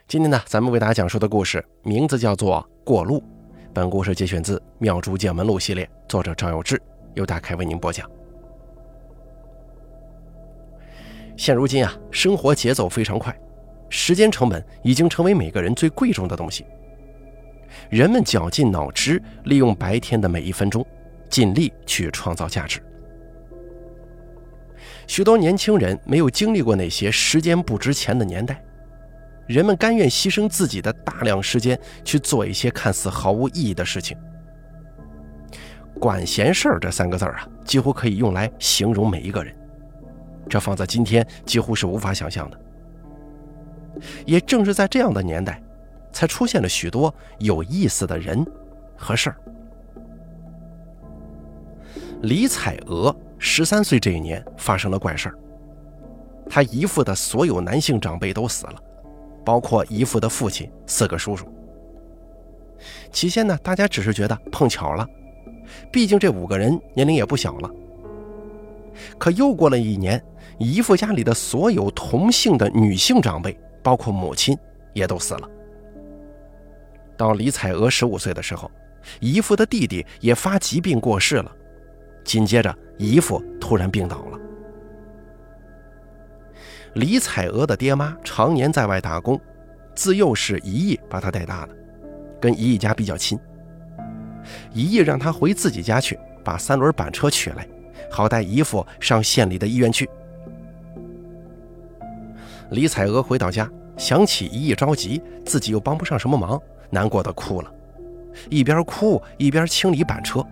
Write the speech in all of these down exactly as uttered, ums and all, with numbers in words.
今天呢，咱们为大家讲述的故事名字叫做《过路》。本故事节选自《妙珠见闻录》系列，作者赵有志，由大凯为您播讲。现如今啊，生活节奏非常快，时间成本已经成为每个人最贵重的东西。人们绞尽脑汁，利用白天的每一分钟，尽力去创造价值。许多年轻人没有经历过那些时间不值钱的年代，人们甘愿牺牲自己的大量时间去做一些看似毫无意义的事情。管闲事儿这三个字啊，几乎可以用来形容每一个人，这放在今天几乎是无法想象的。也正是在这样的年代，才出现了许多有意思的人和事儿。李彩娥十三岁这一年发生了怪事儿，她姨父的所有男性长辈都死了，包括姨父的父亲、四个叔叔。起先呢，大家只是觉得碰巧了，毕竟这五个人年龄也不小了。可又过了一年，姨父家里的所有同姓的女性长辈，包括母亲，也都死了。到李彩娥十五岁的时候，姨父的弟弟也发疾病过世了，紧接着姨父突然病倒了。李彩娥的爹妈常年在外打工，自幼是姨姨把她带大的，跟姨姨家比较亲。姨姨让她回自己家去，把三轮板车取来，好带姨父上县里的医院去。李彩娥回到家，想起姨姨着急，自己又帮不上什么忙，难过的哭了，一边哭一边清理板车。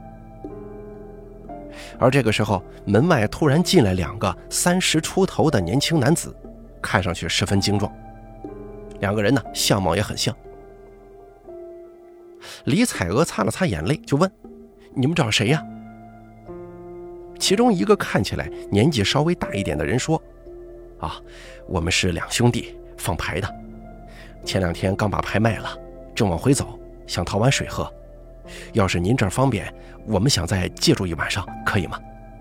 而这个时候，门外突然进来两个三十出头的年轻男子，看上去十分精壮，两个人呢相貌也很像。李彩娥擦了擦眼泪，就问：“你们找谁呀？”其中一个看起来年纪稍微大一点的人说：“啊，我们是两兄弟，放牌的，前两天刚把牌卖了，正往回走，想讨碗水喝。要是您这儿方便，我们想再借住一晚上，可以吗？”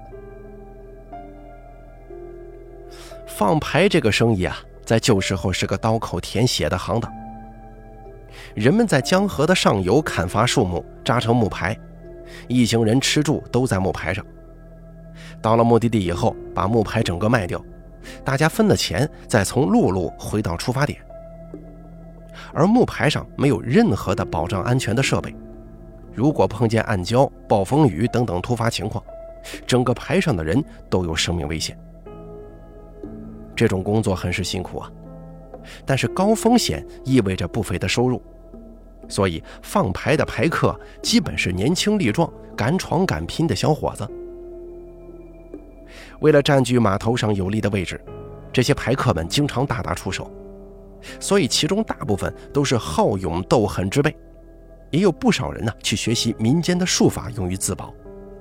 放牌这个生意啊，在旧时候是个刀口舔血的行当。人们在江河的上游砍伐树木，扎成木牌，一行人吃住都在木牌上。到了目的地以后，把木牌整个卖掉，大家分了钱，再从陆路回到出发点。而木牌上没有任何的保障安全的设备，如果碰见暗礁、暴风雨等等突发情况，整个牌上的人都有生命危险。这种工作很是辛苦啊，但是高风险意味着不菲的收入，所以放牌的牌客基本是年轻力壮、敢闯敢拼的小伙子。为了占据码头上有利的位置，这些牌客们经常大打出手，所以其中大部分都是好勇斗狠之辈，也有不少人呢去学习民间的术法用于自保。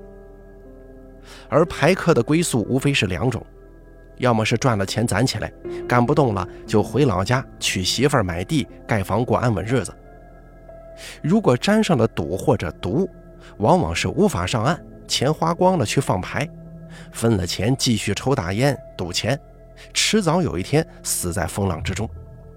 而牌客的归宿无非是两种，要么是赚了钱攒起来，干不动了就回老家娶媳妇儿、买地、盖房过安稳日子。如果沾上了赌或者毒，往往是无法上岸，钱花光了去放牌，分了钱继续抽大烟赌钱，迟早有一天死在风浪之中。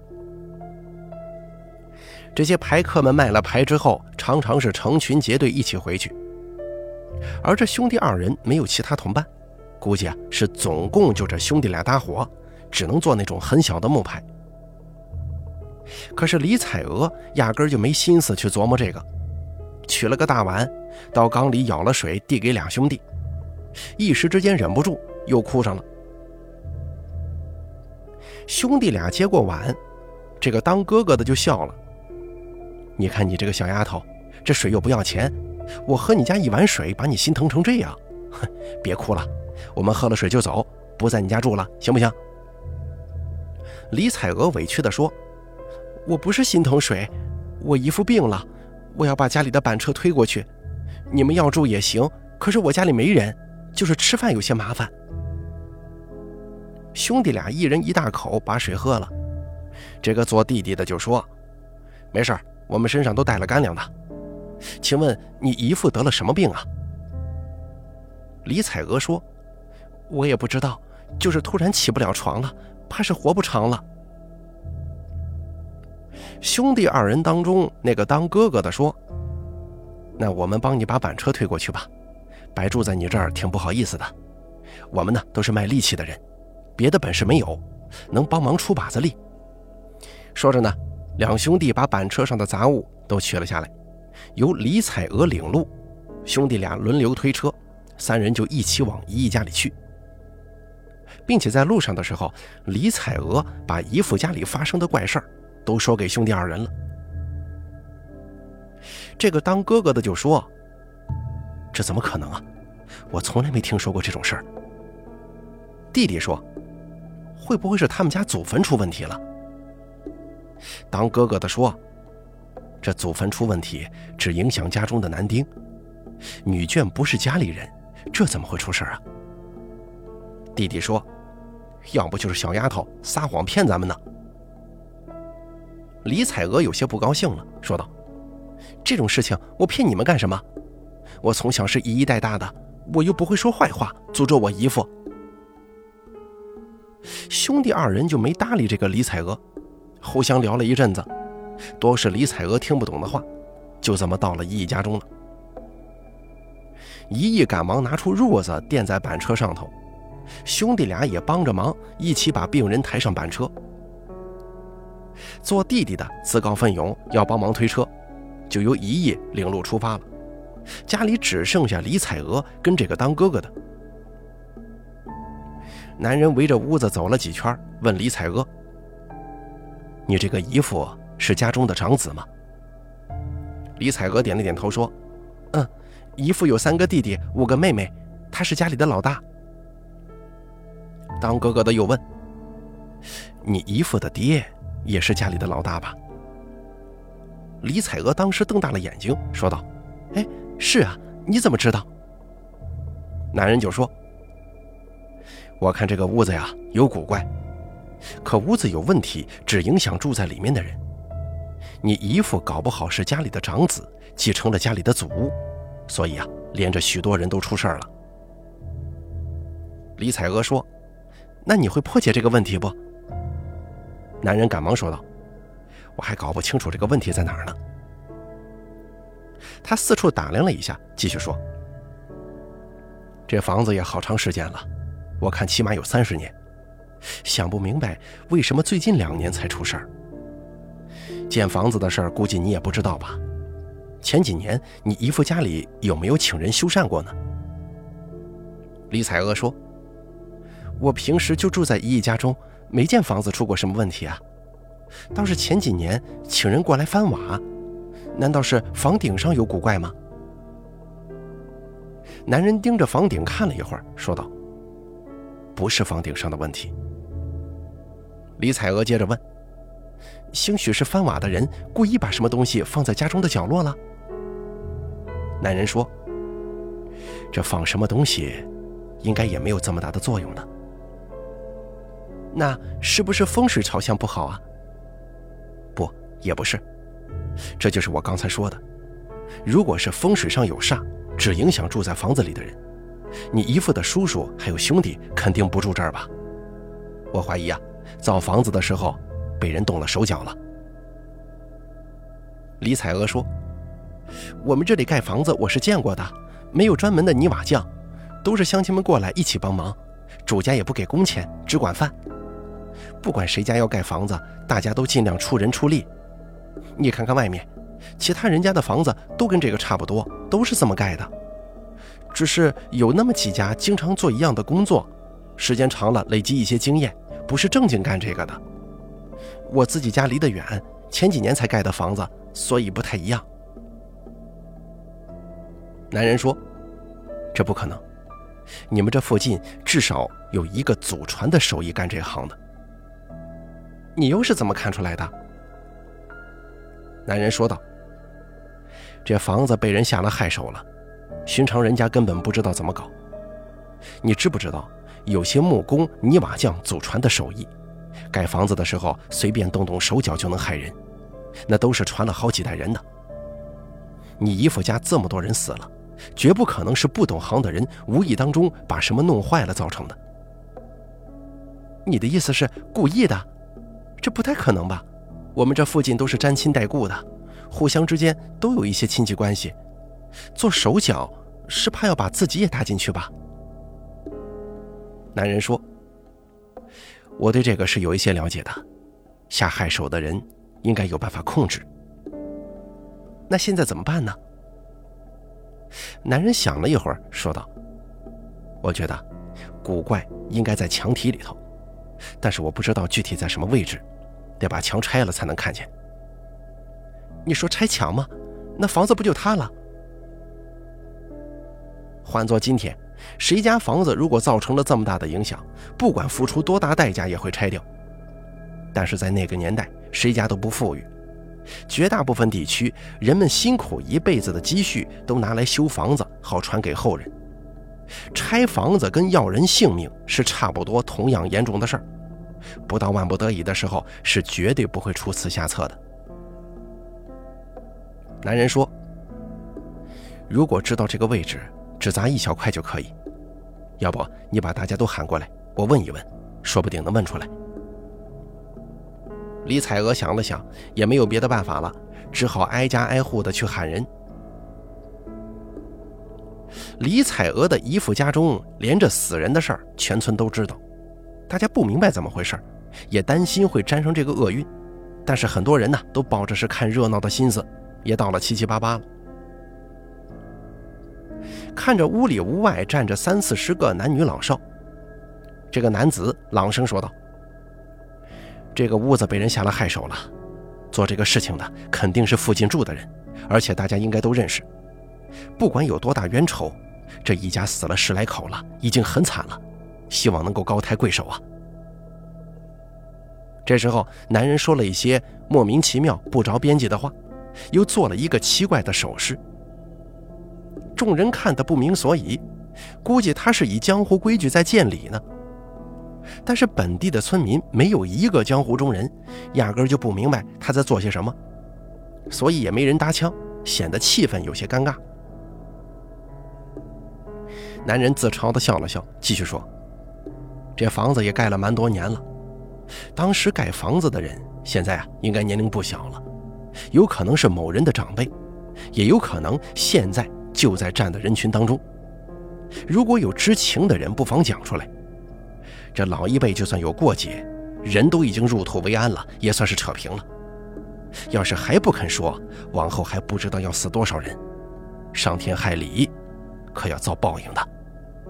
这些牌客们卖了牌之后，常常是成群结队一起回去，而这兄弟二人没有其他同伴，估计啊是总共就这兄弟俩搭伙，只能做那种很小的木牌。可是李彩娥压根就没心思去琢磨这个，取了个大碗，到缸里舀了水递给俩兄弟，一时之间忍不住又哭上了。兄弟俩接过碗，这个当哥哥的就笑了：“你看你这个小丫头，这水又不要钱，我喝你家一碗水把你心疼成这样，哼，别哭了，我们喝了水就走，不在你家住了，行不行？”李彩娥委屈地说：“我不是心疼水，我姨父病了，我要把家里的板车推过去，你们要住也行，可是我家里没人，就是吃饭有些麻烦。”兄弟俩一人一大口把水喝了，这个做弟弟的就说：“没事，我们身上都带了干粮的，请问你姨父得了什么病啊？”李彩娥说：“我也不知道，就是突然起不了床了，怕是活不长了。” 兄弟二人当中，那个当哥哥的说：“那我们帮你把板车推过去吧，白住在你这儿挺不好意思的。我们呢都是卖力气的人，别的本事没有，能帮忙出把子力。”说着呢，两兄弟把板车上的杂物都取了下来，由李彩娥领路，兄弟俩轮流推车，三人就一起往姨姨家里去。并且在路上的时候，李彩娥把姨父家里发生的怪事儿都说给兄弟二人了。这个当哥哥的就说：“这怎么可能啊？我从来没听说过这种事儿。”弟弟说：“会不会是他们家祖坟出问题了？”当哥哥的说：“这祖坟出问题只影响家中的男丁，女眷不是家里人，这怎么会出事啊？”弟弟说：“要不就是小丫头撒谎骗咱们呢。”李彩娥有些不高兴了，说道：“这种事情我骗你们干什么？我从小是姨姨带大的，我又不会说坏话，诅咒我姨父。”兄弟二人就没搭理这个李彩娥，互相聊了一阵子，多是李彩娥听不懂的话，就这么到了姨姨家中了。姨姨赶忙拿出褥子垫在板车上头，兄弟俩也帮着忙，一起把病人抬上板车。做弟弟的自告奋勇要帮忙推车，就由姨姨领路出发了。家里只剩下李彩娥跟这个当哥哥的。男人围着屋子走了几圈，问李彩娥：“你这个姨父是家中的长子吗？”李彩娥点了点头说：“嗯，姨父有三个弟弟，五个妹妹，他是家里的老大。”当哥哥的又问：“你姨父的爹也是家里的老大吧？”李彩娥当时瞪大了眼睛说道：“哎，是啊，你怎么知道？”男人就说：“我看这个屋子呀有古怪，可屋子有问题只影响住在里面的人，你姨父搞不好是家里的长子，继承了家里的祖屋，所以啊连着许多人都出事了。”李彩娥说：“那你会破解这个问题不？”男人赶忙说道：“我还搞不清楚这个问题在哪儿呢。”他四处打量了一下，继续说：“这房子也好长时间了，我看起码有三十年，想不明白为什么最近两年才出事儿。建房子的事儿估计你也不知道吧？前几年你姨父家里有没有请人修缮过呢？”李彩娥说：“我平时就住在姨姨家中，没见房子出过什么问题啊。倒是前几年请人过来翻瓦，难道是房顶上有古怪吗？”男人盯着房顶看了一会儿，说道：“不是房顶上的问题。”李彩娥接着问：“兴许是翻瓦的人故意把什么东西放在家中的角落了？”男人说：“这放什么东西应该也没有这么大的作用的。”“那是不是风水朝向不好啊？”“不，也不是，这就是我刚才说的，如果是风水上有煞，只影响住在房子里的人，你姨父的叔叔还有兄弟肯定不住这儿吧？我怀疑啊，造房子的时候被人动了手脚了。”李彩娥说：“我们这里盖房子我是见过的，没有专门的泥瓦匠，都是乡亲们过来一起帮忙，主家也不给工钱，只管饭。不管谁家要盖房子，大家都尽量出人出力。你看看外面，其他人家的房子都跟这个差不多，都是这么盖的。只是有那么几家经常做一样的工作，时间长了累积一些经验，不是正经干这个的。我自己家离得远，前几年才盖的房子，所以不太一样。”男人说：“这不可能，你们这附近至少有一个祖传的手艺干这行的。你又是怎么看出来的？”男人说道：“这房子被人下了害手了，寻常人家根本不知道怎么搞。你知不知道，有些木工、泥瓦匠祖传的手艺，盖房子的时候随便动动手脚就能害人，那都是传了好几代人的。你姨父家这么多人死了，绝不可能是不懂行的人无意当中把什么弄坏了造成的。你的意思是故意的？这不太可能吧？ 我们这附近都是沾亲带故的，互相之间都有一些亲戚关系，做手脚是怕要把自己也搭进去吧？”男人说：“我对这个是有一些了解的，下害手的人应该有办法控制。那现在怎么办呢？”男人想了一会儿说道：“我觉得古怪应该在墙体里头，但是我不知道具体在什么位置，得把墙拆了才能看见。”“你说拆墙吗？那房子不就塌了？”“换作今天，谁家房子如果造成了这么大的影响，不管付出多大代价也会拆掉。但是在那个年代，谁家都不富裕，绝大部分地区人们辛苦一辈子的积蓄都拿来修房子，好传给后人。拆房子跟要人性命是差不多同样严重的事儿，不到万不得已的时候是绝对不会出此下策的。”男人说：“如果知道这个位置，只砸一小块就可以。要不你把大家都喊过来，我问一问，说不定能问出来。”李彩娥想了想，也没有别的办法了，只好挨家挨户的去喊人。李彩娥的姨父家中连着死人的事儿，全村都知道，大家不明白怎么回事，也担心会沾上这个厄运，但是很多人呢都抱着是看热闹的心思，也到了七七八八了。看着屋里屋外站着三四十个男女老少，这个男子朗声说道：“这个屋子被人下了害手了，做这个事情的肯定是附近住的人，而且大家应该都认识。不管有多大冤仇，这一家死了十来口了，已经很惨了，希望能够高抬贵手啊。”这时候男人说了一些莫名其妙不着边际的话，又做了一个奇怪的手势。众人看得不明所以，估计他是以江湖规矩在见礼呢。但是本地的村民没有一个江湖中人，压根就不明白他在做些什么，所以也没人搭腔，显得气氛有些尴尬。男人自嘲地笑了笑，继续说：“这房子也盖了蛮多年了，当时盖房子的人现在啊应该年龄不小了，有可能是某人的长辈，也有可能现在就在站的人群当中。如果有知情的人，不妨讲出来。这老一辈就算有过节，人都已经入土为安了，也算是扯平了。要是还不肯说，往后还不知道要死多少人，伤天害理，可要遭报应的。”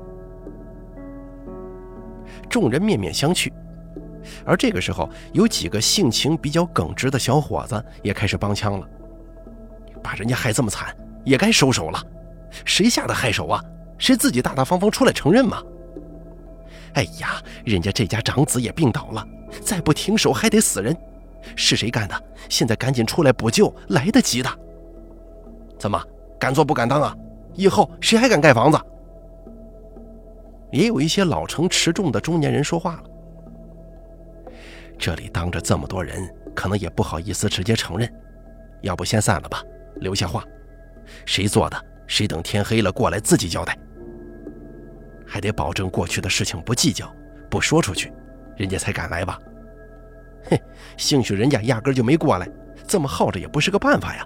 众人面面相觑，而这个时候有几个性情比较耿直的小伙子也开始帮腔了：“把人家害这么惨，也该收手了，谁下的害手啊？谁自己大大方方出来承认吗？哎呀，人家这家长子也病倒了，再不停手还得死人，是谁干的？现在赶紧出来补救，来得及的。怎么，敢做不敢当啊？以后谁还敢盖房子？”也有一些老成持重的中年人说话了：“这里当着这么多人，可能也不好意思直接承认，要不先散了吧，留下话，谁做的，谁等天黑了过来自己交代。还得保证过去的事情不计较，不说出去，人家才敢来吧。嘿，兴许人家压根就没过来，这么耗着也不是个办法呀。”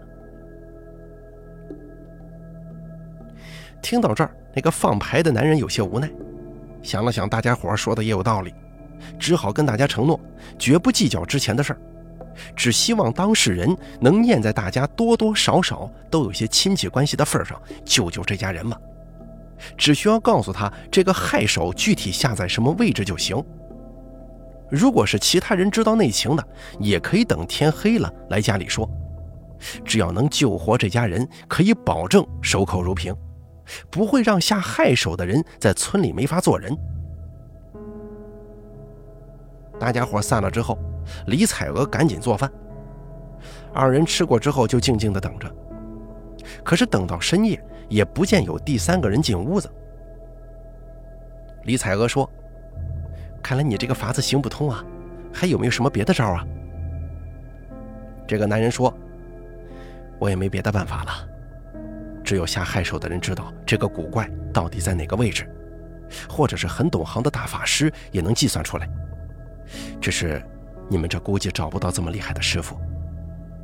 听到这儿，那个放牌的男人有些无奈，想了想大家伙说的也有道理，只好跟大家承诺绝不计较之前的事儿，只希望当事人能念在大家多多少少都有些亲戚关系的份上，救救这家人吧。只需要告诉他这个害手具体下在什么位置就行。如果是其他人知道内情的，也可以等天黑了来家里说。只要能救活这家人，可以保证守口如瓶，不会让下害手的人在村里没法做人。大家伙散了之后，李彩娥赶紧做饭。二人吃过之后就静静地等着，可是等到深夜也不见有第三个人进屋子。李彩娥说：“看来你这个法子行不通啊，还有没有什么别的招啊？”这个男人说：“我也没别的办法了，只有下害手的人知道这个古怪到底在哪个位置，或者是很懂行的大法师也能计算出来。只是你们这估计找不到这么厉害的师傅，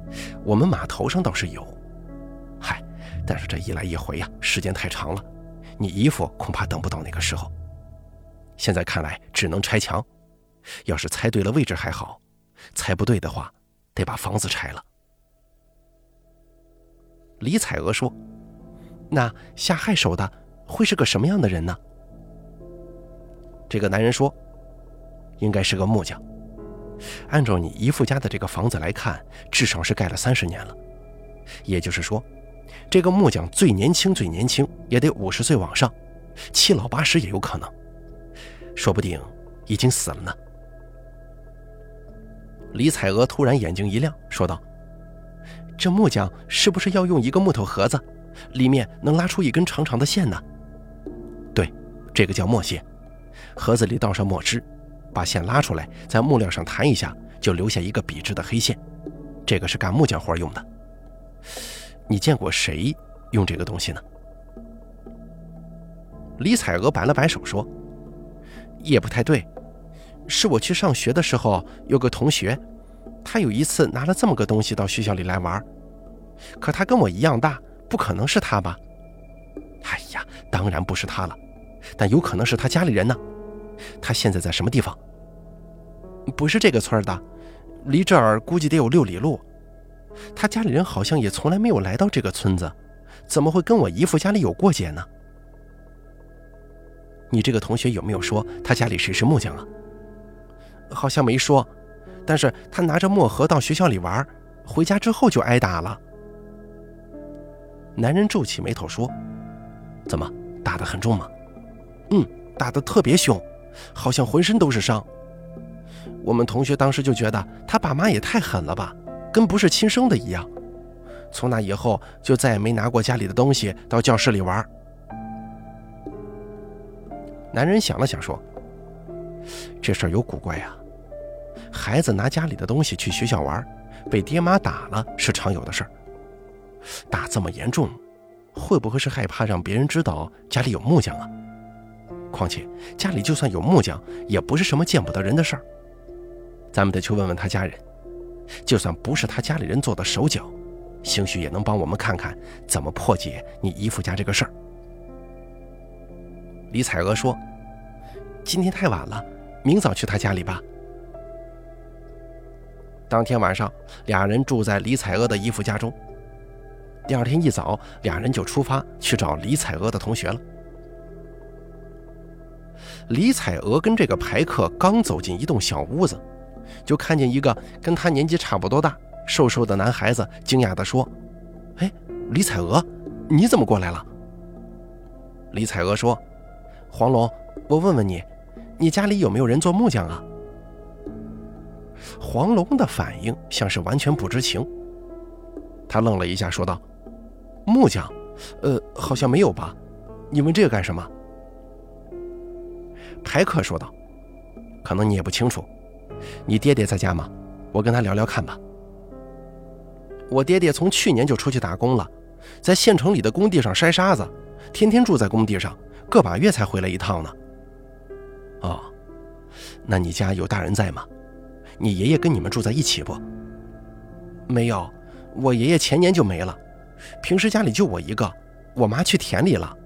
我们码头上倒是有，嗨，但是这一来一回呀，时间太长了，你姨父恐怕等不到那个时候。现在看来只能拆墙，要是猜对了位置还好，猜不对的话得把房子拆了。李彩娥说，那下害手的会是个什么样的人呢？这个男人说，应该是个木匠。按照你姨父家的这个房子来看，至少是盖了三十年了，也就是说，这个木匠最年轻最年轻也得五十岁往上，七老八十也有可能，说不定已经死了呢。李彩娥突然眼睛一亮，说道，这木匠是不是要用一个木头盒子，里面能拉出一根长长的线呢？对，这个叫墨线，盒子里倒上墨汁，把线拉出来，在木料上弹一下，就留下一个笔直的黑线，这个是干木匠活用的。你见过谁用这个东西呢？李彩娥摆了摆手说，也不太对，是我去上学的时候有个同学，他有一次拿了这么个东西到学校里来玩，可他跟我一样大，不可能是他吧？哎呀，当然不是他了，但有可能是他家里人呢。他现在在什么地方？不是这个村的，离这儿估计得有六里路。他家里人好像也从来没有来到这个村子，怎么会跟我姨父家里有过节呢？你这个同学有没有说他家里谁是木匠啊？好像没说，但是他拿着墨盒到学校里玩，回家之后就挨打了。男人皱起眉头说，怎么，打得很重吗？嗯，打得特别凶，好像浑身都是伤。我们同学当时就觉得他爸妈也太狠了吧，跟不是亲生的一样。从那以后就再也没拿过家里的东西到教室里玩。男人想了想说，这事儿有古怪呀，孩子拿家里的东西去学校玩，被爹妈打了是常有的事儿，打这么严重，会不会是害怕让别人知道家里有木匠啊？况且家里就算有木匠，也不是什么见不得人的事儿。咱们得去问问他家人，就算不是他家里人做的手脚，兴许也能帮我们看看怎么破解你姨父家这个事儿。李彩娥说，今天太晚了，明早去他家里吧。当天晚上，俩人住在李彩娥的姨父家中。第二天一早，俩人就出发去找李彩娥的同学了。李彩娥跟这个排客刚走进一栋小屋子，就看见一个跟他年纪差不多大、瘦瘦的男孩子，惊讶地说，哎，李彩娥，你怎么过来了？李彩娥说，黄龙，我问问你，你家里有没有人做木匠啊？黄龙的反应像是完全不知情，他愣了一下说道，木匠？呃，好像没有吧，你问这个干什么？排客说道，可能你也不清楚，你爹爹在家吗？我跟他聊聊看吧。我爹爹从去年就出去打工了，在县城里的工地上筛沙子，天天住在工地上，个把月才回来一趟呢。哦，那你家有大人在吗？你爷爷跟你们住在一起不？没有，我爷爷前年就没了，平时家里就我一个，我妈去田里了。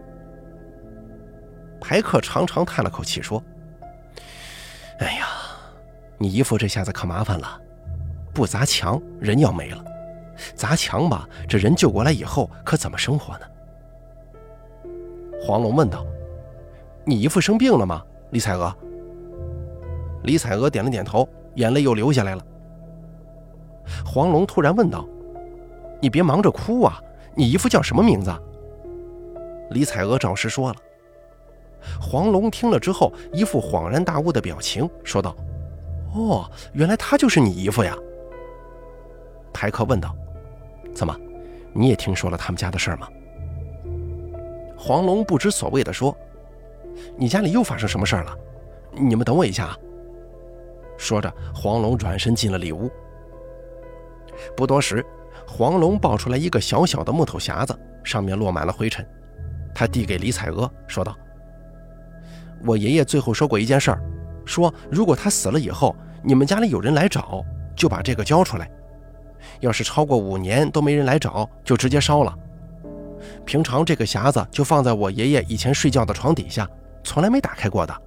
排客长长叹了口气说，哎呀，你姨父这下子可麻烦了，不砸墙人要没了，砸墙吧，这人救过来以后可怎么生活呢？黄龙问道，你姨父生病了吗？李彩娥。李彩娥点了点头，眼泪又流下来了。黄龙突然问道，你别忙着哭啊，你姨父叫什么名字？李彩娥照实说了。黄龙听了之后，一副恍然大悟的表情，说道，哦，原来他就是你姨父呀。排客问道，怎么，你也听说了他们家的事儿吗？黄龙不知所谓地说，你家里又发生什么事儿了？你们等我一下啊。说着，黄龙转身进了里屋。不多时，黄龙抱出来一个小小的木头匣子，上面落满了灰尘。他递给李彩娥，说道，我爷爷最后说过一件事儿，说如果他死了以后，你们家里有人来找，就把这个交出来。 要是超过五年都没人来找，就直接烧了。平常这个匣子就放在我爷爷以前睡觉的床底下，从来没打开过的。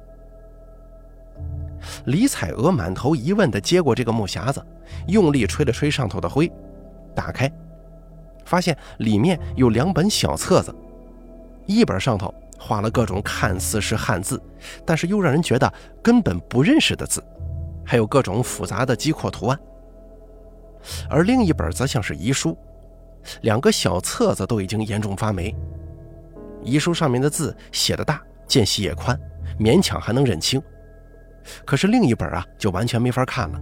李彩娥满头疑问地接过这个木匣子，用力吹了吹上头的灰，打开，发现里面有两本小册子，一本上头画了各种看似是汉字，但是又让人觉得根本不认识的字，还有各种复杂的机括图案。而另一本则像是遗书，两个小册子都已经严重发霉，遗书上面的字写得大，间隙也宽，勉强还能认清，可是另一本啊就完全没法看了。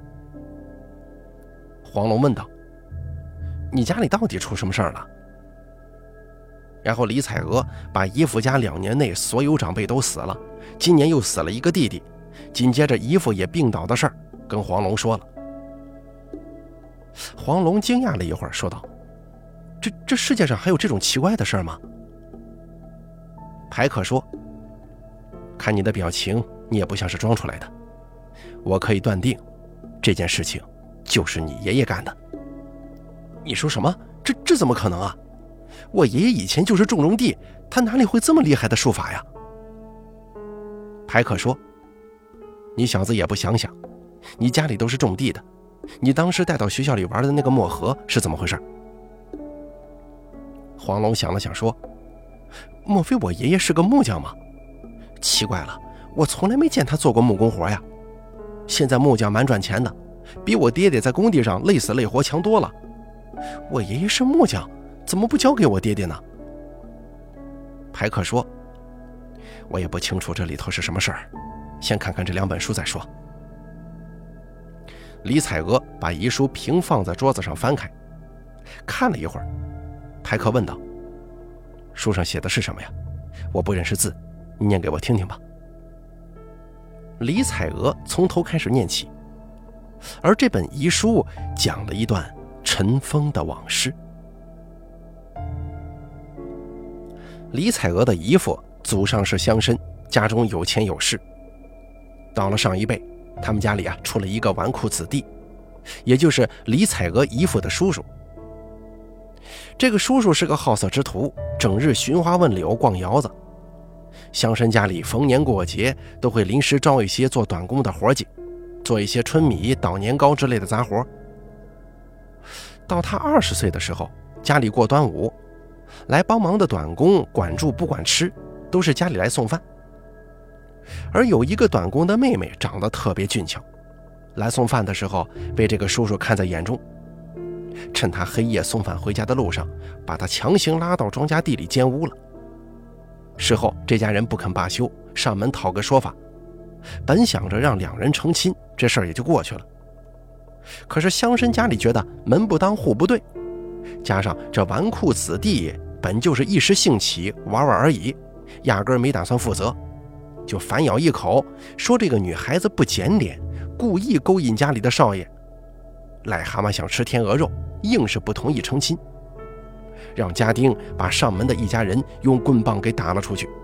黄龙问道：你家里到底出什么事儿了？然后李彩娥把姨父家两年内所有长辈都死了，今年又死了一个弟弟，紧接着姨父也病倒的事儿跟黄龙说了。黄龙惊讶了一会儿，说道：这这世界上还有这种奇怪的事儿吗？排可说：看你的表情，你也不像是装出来的，我可以断定这件事情就是你爷爷干的。你说什么？这这怎么可能啊？我爷爷以前就是种种地，他哪里会这么厉害的术法呀？排可说：你小子也不想想，你家里都是种地的，你当时带到学校里玩的那个墨盒是怎么回事？黄龙想了想说：莫非我爷爷是个木匠吗？奇怪了，我从来没见他做过木工活呀。现在木匠蛮赚钱的，比我爹爹在工地上累死累活强多了。我爷爷是木匠，怎么不交给我爹爹呢？排可说：我也不清楚这里头是什么事儿，先看看这两本书再说。李彩娥把遗书平放在桌子上翻开，看了一会儿，排可问道：书上写的是什么呀？我不认识字，你念给我听听吧。李彩娥从头开始念起，而这本遗书讲了一段尘封的往事。李彩娥的姨父祖上是乡绅，家中有钱有势。到了上一辈，他们家里啊出了一个纨绔子弟，也就是李彩娥姨父的叔叔。这个叔叔是个好色之徒，整日寻花问柳逛窑子。乡绅家里逢年过节都会临时招一些做短工的活计，做一些春米捣年糕之类的杂活。到他二十岁的时候，家里过端午，来帮忙的短工管住不管吃，都是家里来送饭。而有一个短工的妹妹长得特别俊俏，来送饭的时候被这个叔叔看在眼中，趁他黑夜送饭回家的路上，把他强行拉到庄稼地里奸污了。事后这家人不肯罢休，上门讨个说法，本想着让两人成亲，这事儿也就过去了。可是乡绅家里觉得门不当户不对，加上这纨绔子弟本就是一时兴起玩玩而已，压根儿没打算负责，就反咬一口，说这个女孩子不检点，故意勾引家里的少爷。癞蛤蟆想吃天鹅肉，硬是不同意成亲，让家丁把上门的一家人用棍棒给打了出去。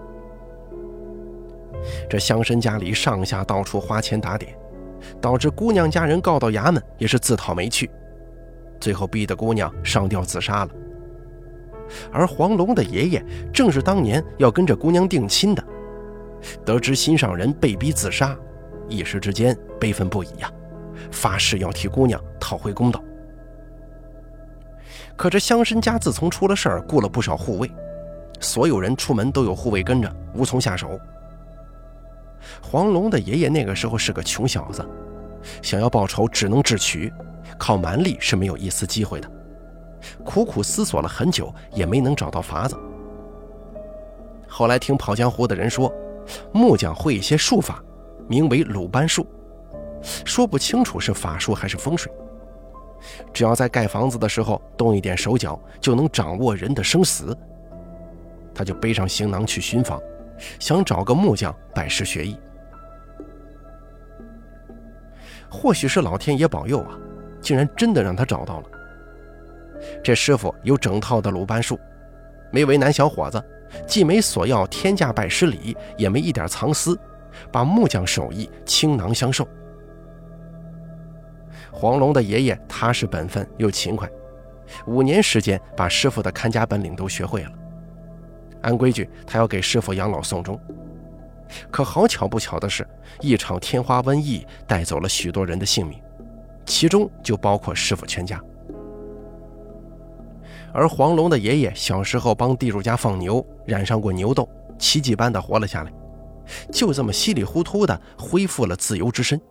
这乡绅家里上下到处花钱打点，导致姑娘家人告到衙门也是自讨没趣，最后逼得姑娘上吊自杀了。而黄龙的爷爷正是当年要跟着姑娘定亲的，得知心上人被逼自杀，一时之间悲愤不已呀、啊，发誓要替姑娘讨回公道。可这乡绅家自从出了事儿，雇了不少护卫，所有人出门都有护卫跟着，无从下手。黄龙的爷爷那个时候是个穷小子，想要报仇只能智取，靠蛮力是没有一丝机会的。苦苦思索了很久，也没能找到法子。后来听跑江湖的人说，木匠会一些术法，名为鲁班术，说不清楚是法术还是风水，只要在盖房子的时候动一点手脚，就能掌握人的生死。他就背上行囊去寻访，想找个木匠拜师学艺。或许是老天爷保佑啊，竟然真的让他找到了。这师傅有整套的鲁班术，没为难小伙子，既没索要天价拜师礼，也没一点藏私，把木匠手艺倾囊相授。 黄龙的爷爷踏实本分又勤快，五年时间把师傅的看家本领都学会了。按规矩，他要给师傅养老送终。可好巧不巧的是，一场天花瘟疫带走了许多人的性命，其中就包括师傅全家。而黄龙的爷爷小时候帮地主家放牛，染上过牛痘，奇迹般的活了下来，就这么稀里糊涂的恢复了自由之身。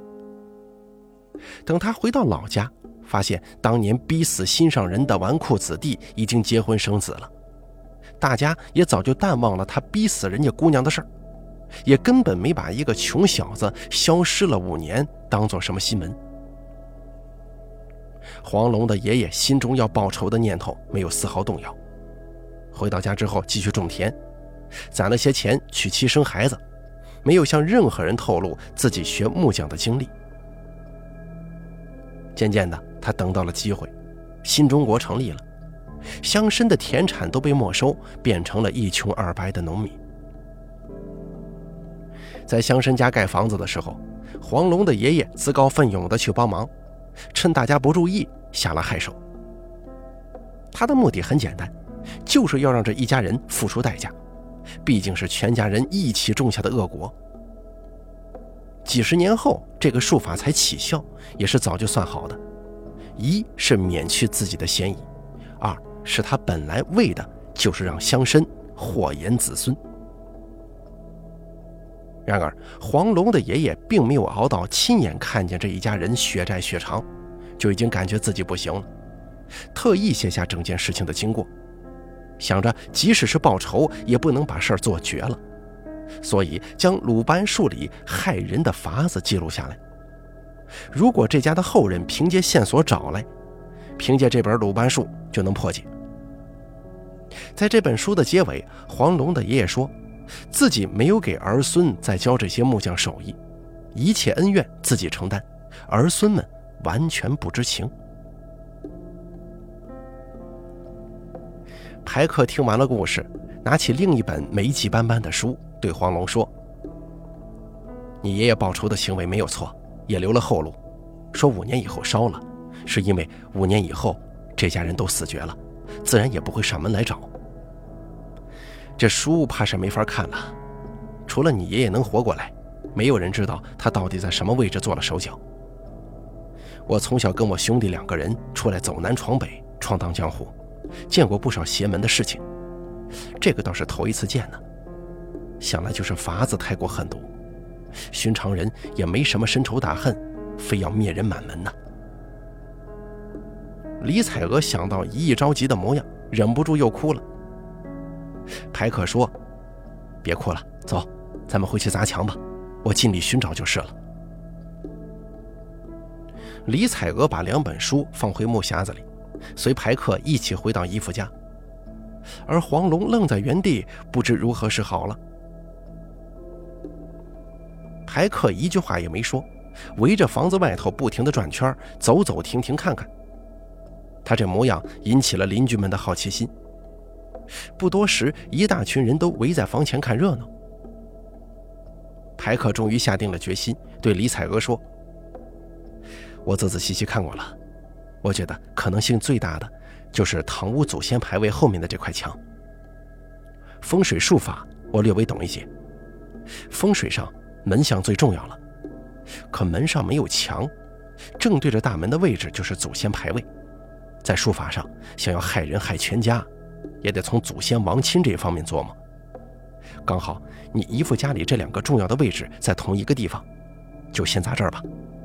等他回到老家，发现当年逼死心上人的纨绔子弟已经结婚生子了，大家也早就淡忘了他逼死人家姑娘的事儿，也根本没把一个穷小子消失了五年当做什么新闻。黄龙的爷爷心中要报仇的念头没有丝毫动摇，回到家之后继续种田，攒了些钱娶妻生孩子，没有向任何人透露自己学木匠的经历。渐渐的，他等到了机会，新中国成立了，乡绅的田产都被没收，变成了一穷二白的农民。在乡绅家盖房子的时候，黄龙的爷爷自告奋勇地去帮忙，趁大家不注意下了害手。他的目的很简单，就是要让这一家人付出代价，毕竟是全家人一起种下的恶果。几十年后，这个术法才起效，也是早就算好的。一是免去自己的嫌疑，二是他本来为的就是让乡绅祸延子孙。然而黄龙的爷爷并没有熬到亲眼看见这一家人血债血偿，就已经感觉自己不行了，特意写下整件事情的经过，想着即使是报仇也不能把事儿做绝了，所以将鲁班术里害人的法子记录下来。如果这家的后人凭借线索找来，凭借这本鲁班术就能破解。在这本书的结尾，黄龙的爷爷说自己没有给儿孙再教这些木匠手艺，一切恩怨自己承担，儿孙们完全不知情。排克听完了故事，拿起另一本霉迹斑斑的书，对黄龙说：你爷爷报仇的行为没有错，也留了后路，说五年以后烧了，是因为五年以后这家人都死绝了，自然也不会上门来找。这书怕是没法看了，除了你爷爷能活过来，没有人知道他到底在什么位置做了手脚。我从小跟我兄弟两个人出来走南闯北，闯荡江湖，见过不少邪门的事情，这个倒是头一次见呢。想来就是法子太过狠毒，寻常人也没什么深仇大恨，非要灭人满门呢。李彩娥想到一亿着急的模样，忍不住又哭了。排克说：别哭了，走，咱们回去砸墙吧，我尽力寻找就是了。李彩娥把两本书放回木匣子里，随排克一起回到姨父家，而黄龙愣在原地，不知如何是好了。排克一句话也没说，围着房子外头不停地转圈，走走停停看看。他这模样引起了邻居们的好奇心。不多时，一大群人都围在房前看热闹。排克终于下定了决心，对李彩娥说：我仔仔细细看过了，我觉得可能性最大的就是堂屋祖先牌位后面的这块墙。风水术法我略微懂一些，风水上门向最重要了，可门上没有墙，正对着大门的位置就是祖先牌位，在术法上想要害人害全家，也得从祖先亡亲这方面琢磨。刚好你姨父家里这两个重要的位置在同一个地方，就先砸这儿吧。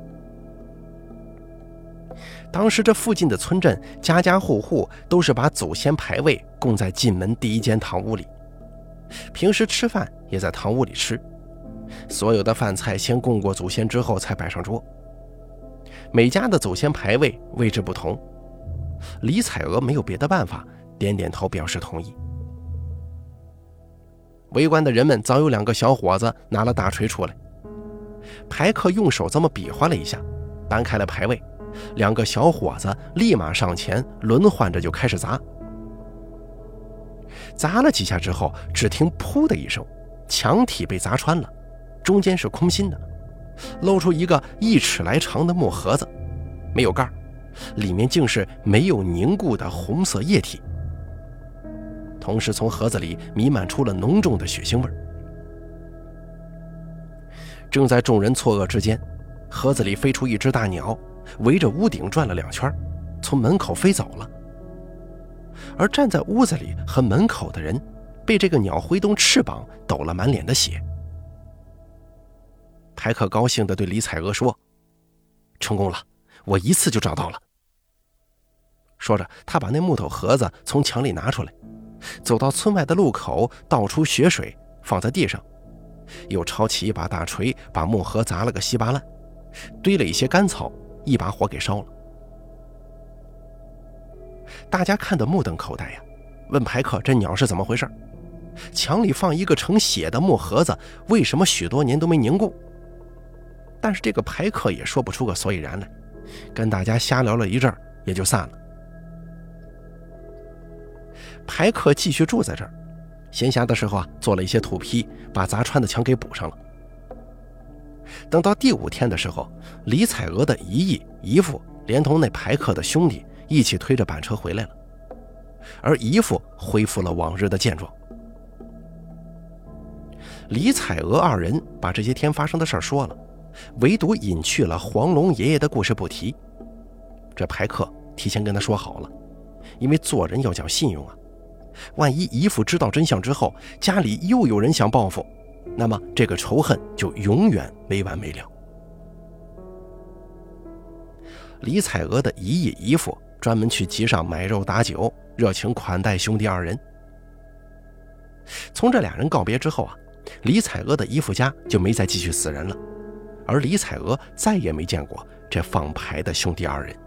当时这附近的村镇家家户户都是把祖先牌位供在进门第一间堂屋里，平时吃饭也在堂屋里吃，所有的饭菜先供过祖先之后才摆上桌。每家的祖先牌位位置不同，李彩娥没有别的办法，点点头表示同意。围观的人们早有两个小伙子拿了大锤出来，排克用手这么比划了一下，搬开了牌位，两个小伙子立马上前轮换着就开始砸。砸了几下之后，只听噗的一声，墙体被砸穿了，中间是空心的，露出一个一尺来长的木盒子， 没有盖儿，里面竟是没有凝固的红色液体，同时从盒子里弥漫出了浓重的血腥味儿。正在众人错愕之间，盒子里飞出一只大鸟，围着屋顶转了两圈，从门口飞走了。而站在屋子里和门口的人被这个鸟挥动翅膀抖了满脸的血。派克高兴地对李彩娥说：成功了，我一次就找到了。说着，他把那木头盒子从墙里拿出来，走到村外的路口，倒出血水放在地上，又抄起一把大锤，把木盒砸了个稀巴烂，堆了一些干草，一把火给烧了。大家看得目瞪口呆呀，问派克这鸟是怎么回事？墙里放一个盛血的木盒子，为什么许多年都没凝固？但是这个派克也说不出个所以然来，跟大家瞎聊了一阵儿，也就散了。派克继续住在这儿，闲暇的时候啊，做了一些土坯，把砸穿的墙给补上了。等到第五天的时候，李彩娥的姨姨、姨父连同那派克的兄弟一起推着板车回来了，而姨父恢复了往日的健壮。李彩娥二人把这些天发生的事儿说了，唯独隐去了黄龙爷爷的故事不提。这派克提前跟他说好了，因为做人要讲信用啊，万一姨父知道真相之后，家里又有人想报复，那么这个仇恨就永远没完没了。李彩娥的姨姨姨父专门去集上买肉打酒，热情款待兄弟二人。从这俩人告别之后啊，李彩娥的姨父家就没再继续死人了，而李彩娥再也没见过这放牌的兄弟二人。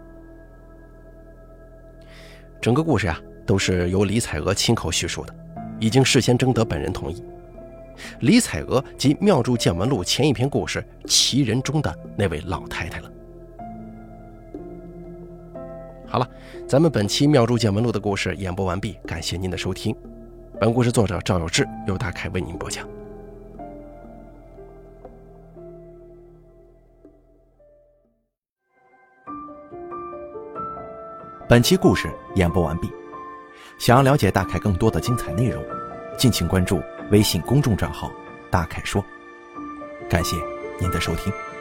整个故事啊，都是由李彩娥亲口叙述的，已经事先征得本人同意。李彩娥即《妙著见闻录》前一篇故事奇人中的那位老太太了。好了，咱们本期《妙著见闻录》的故事演播完毕，感谢您的收听。本故事作者赵有志，由大凯为您播讲。 本期故事演播完毕，想要了解大凯更多的精彩内容，敬请关注微信公众账号大凯说。感谢您的收听。